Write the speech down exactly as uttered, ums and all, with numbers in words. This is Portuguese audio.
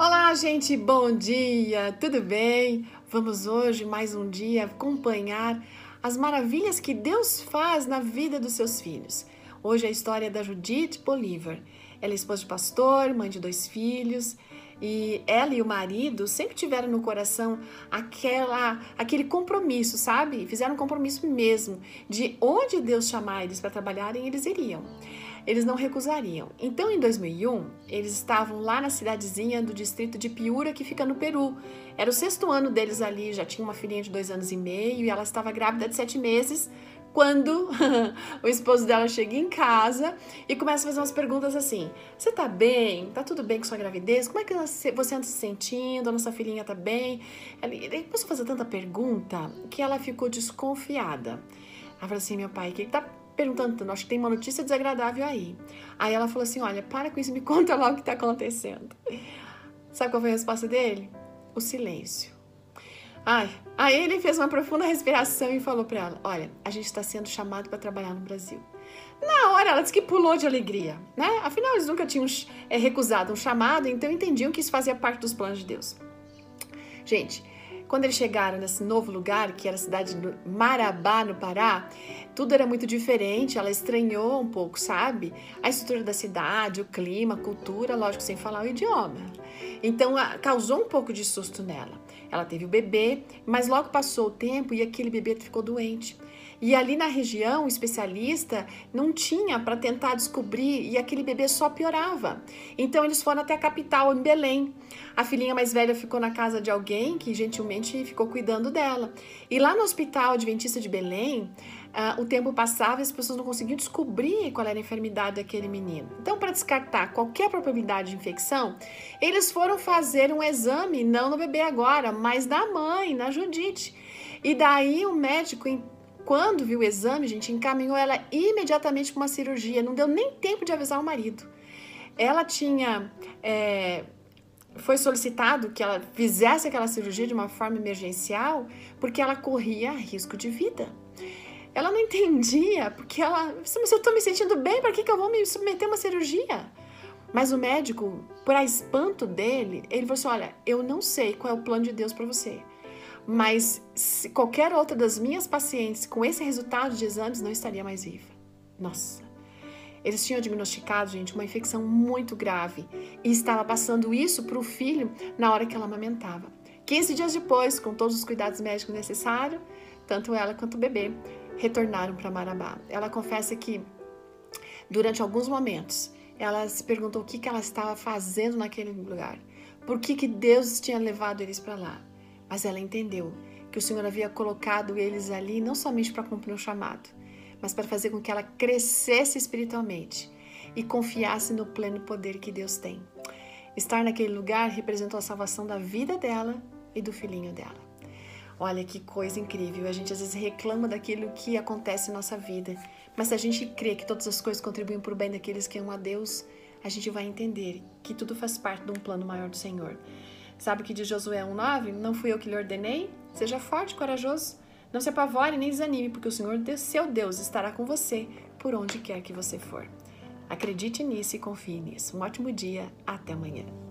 Olá, gente, bom dia, tudo bem? Vamos hoje, mais um dia, acompanhar as maravilhas que Deus faz na vida dos seus filhos. Hoje é a história da Judith Bolívar. Ela é esposa de pastor, mãe de dois filhos, e ela e o marido sempre tiveram no coração aquela, aquele compromisso, sabe? Fizeram um compromisso mesmo, de onde Deus chamar eles para trabalharem, eles iriam. Eles não recusariam. Então, em dois mil e um, eles estavam lá na cidadezinha do distrito de Piura, que fica no Peru. Era o sexto ano deles ali, já tinha uma filhinha de dois anos e meio, e ela estava grávida de sete meses, quando o esposo dela chega em casa e começa a fazer umas perguntas assim: você tá bem? Tá tudo bem com sua gravidez? Como é que você anda se sentindo? A nossa filhinha tá bem? Ele começou a fazer tanta pergunta que ela ficou desconfiada. Ela falou assim: meu pai, o que que tá perguntando? Acho que tem uma notícia desagradável aí. Aí ela falou assim: olha, para com isso, me conta logo o que tá acontecendo. Sabe qual foi a resposta dele? O silêncio. Ai, aí ele fez uma profunda respiração e falou para ela: olha, a gente está sendo chamado para trabalhar no Brasil. Na hora ela disse que pulou de alegria, né? Afinal, eles nunca tinham é, recusado um chamado, então entendiam que isso fazia parte dos planos de Deus. Gente, quando eles chegaram nesse novo lugar, que era a cidade de Marabá, no Pará, tudo era muito diferente, ela estranhou um pouco, sabe? A estrutura da cidade, o clima, a cultura, lógico, sem falar o idioma. Então, causou um pouco de susto nela. Ela teve o bebê, mas logo passou o tempo e aquele bebê ficou doente. E ali na região, o especialista não tinha para tentar descobrir e aquele bebê só piorava. Então eles foram até a capital, em Belém. A filhinha mais velha ficou na casa de alguém que gentilmente ficou cuidando dela. E lá no hospital adventista de Belém, uh, o tempo passava e as pessoas não conseguiam descobrir qual era a enfermidade daquele menino. Então, para descartar qualquer probabilidade de infecção, eles foram fazer um exame, não no bebê agora, mas na mãe, na Judith. E daí o médico, quando viu o exame, gente, encaminhou ela imediatamente para uma cirurgia. Não deu nem tempo de avisar o marido. Ela tinha... É, foi solicitado que ela fizesse aquela cirurgia de uma forma emergencial porque ela corria risco de vida. Ela não entendia, porque ela... Mas eu estou me sentindo bem, para que, que eu vou me submeter a uma cirurgia? Mas o médico, para espanto dele, ele falou assim: olha, eu não sei qual é o plano de Deus para você, mas se qualquer outra das minhas pacientes com esse resultado de exames não estaria mais viva. Nossa! Eles tinham diagnosticado, gente, uma infecção muito grave e estava passando isso para o filho na hora que ela amamentava. quinze dias depois, com todos os cuidados médicos necessários, tanto ela quanto o bebê retornaram para Marabá. Ela confessa que, durante alguns momentos, ela se perguntou o que, que ela estava fazendo naquele lugar, por que, que Deus tinha levado eles para lá. Mas ela entendeu que o Senhor havia colocado eles ali não somente para cumprir um chamado, mas para fazer com que ela crescesse espiritualmente e confiasse no pleno poder que Deus tem. Estar naquele lugar representou a salvação da vida dela e do filhinho dela. Olha que coisa incrível, a gente às vezes reclama daquilo que acontece em nossa vida, mas se a gente crê que todas as coisas contribuem para o bem daqueles que amam a Deus, a gente vai entender que tudo faz parte de um plano maior do Senhor. Sabe o que diz Josué um nove? Não fui eu que lhe ordenei? Seja forte e corajoso. Não se apavore nem desanime, porque o Senhor, seu Deus, estará com você por onde quer que você for. Acredite nisso e confie nisso. Um ótimo dia. Até amanhã.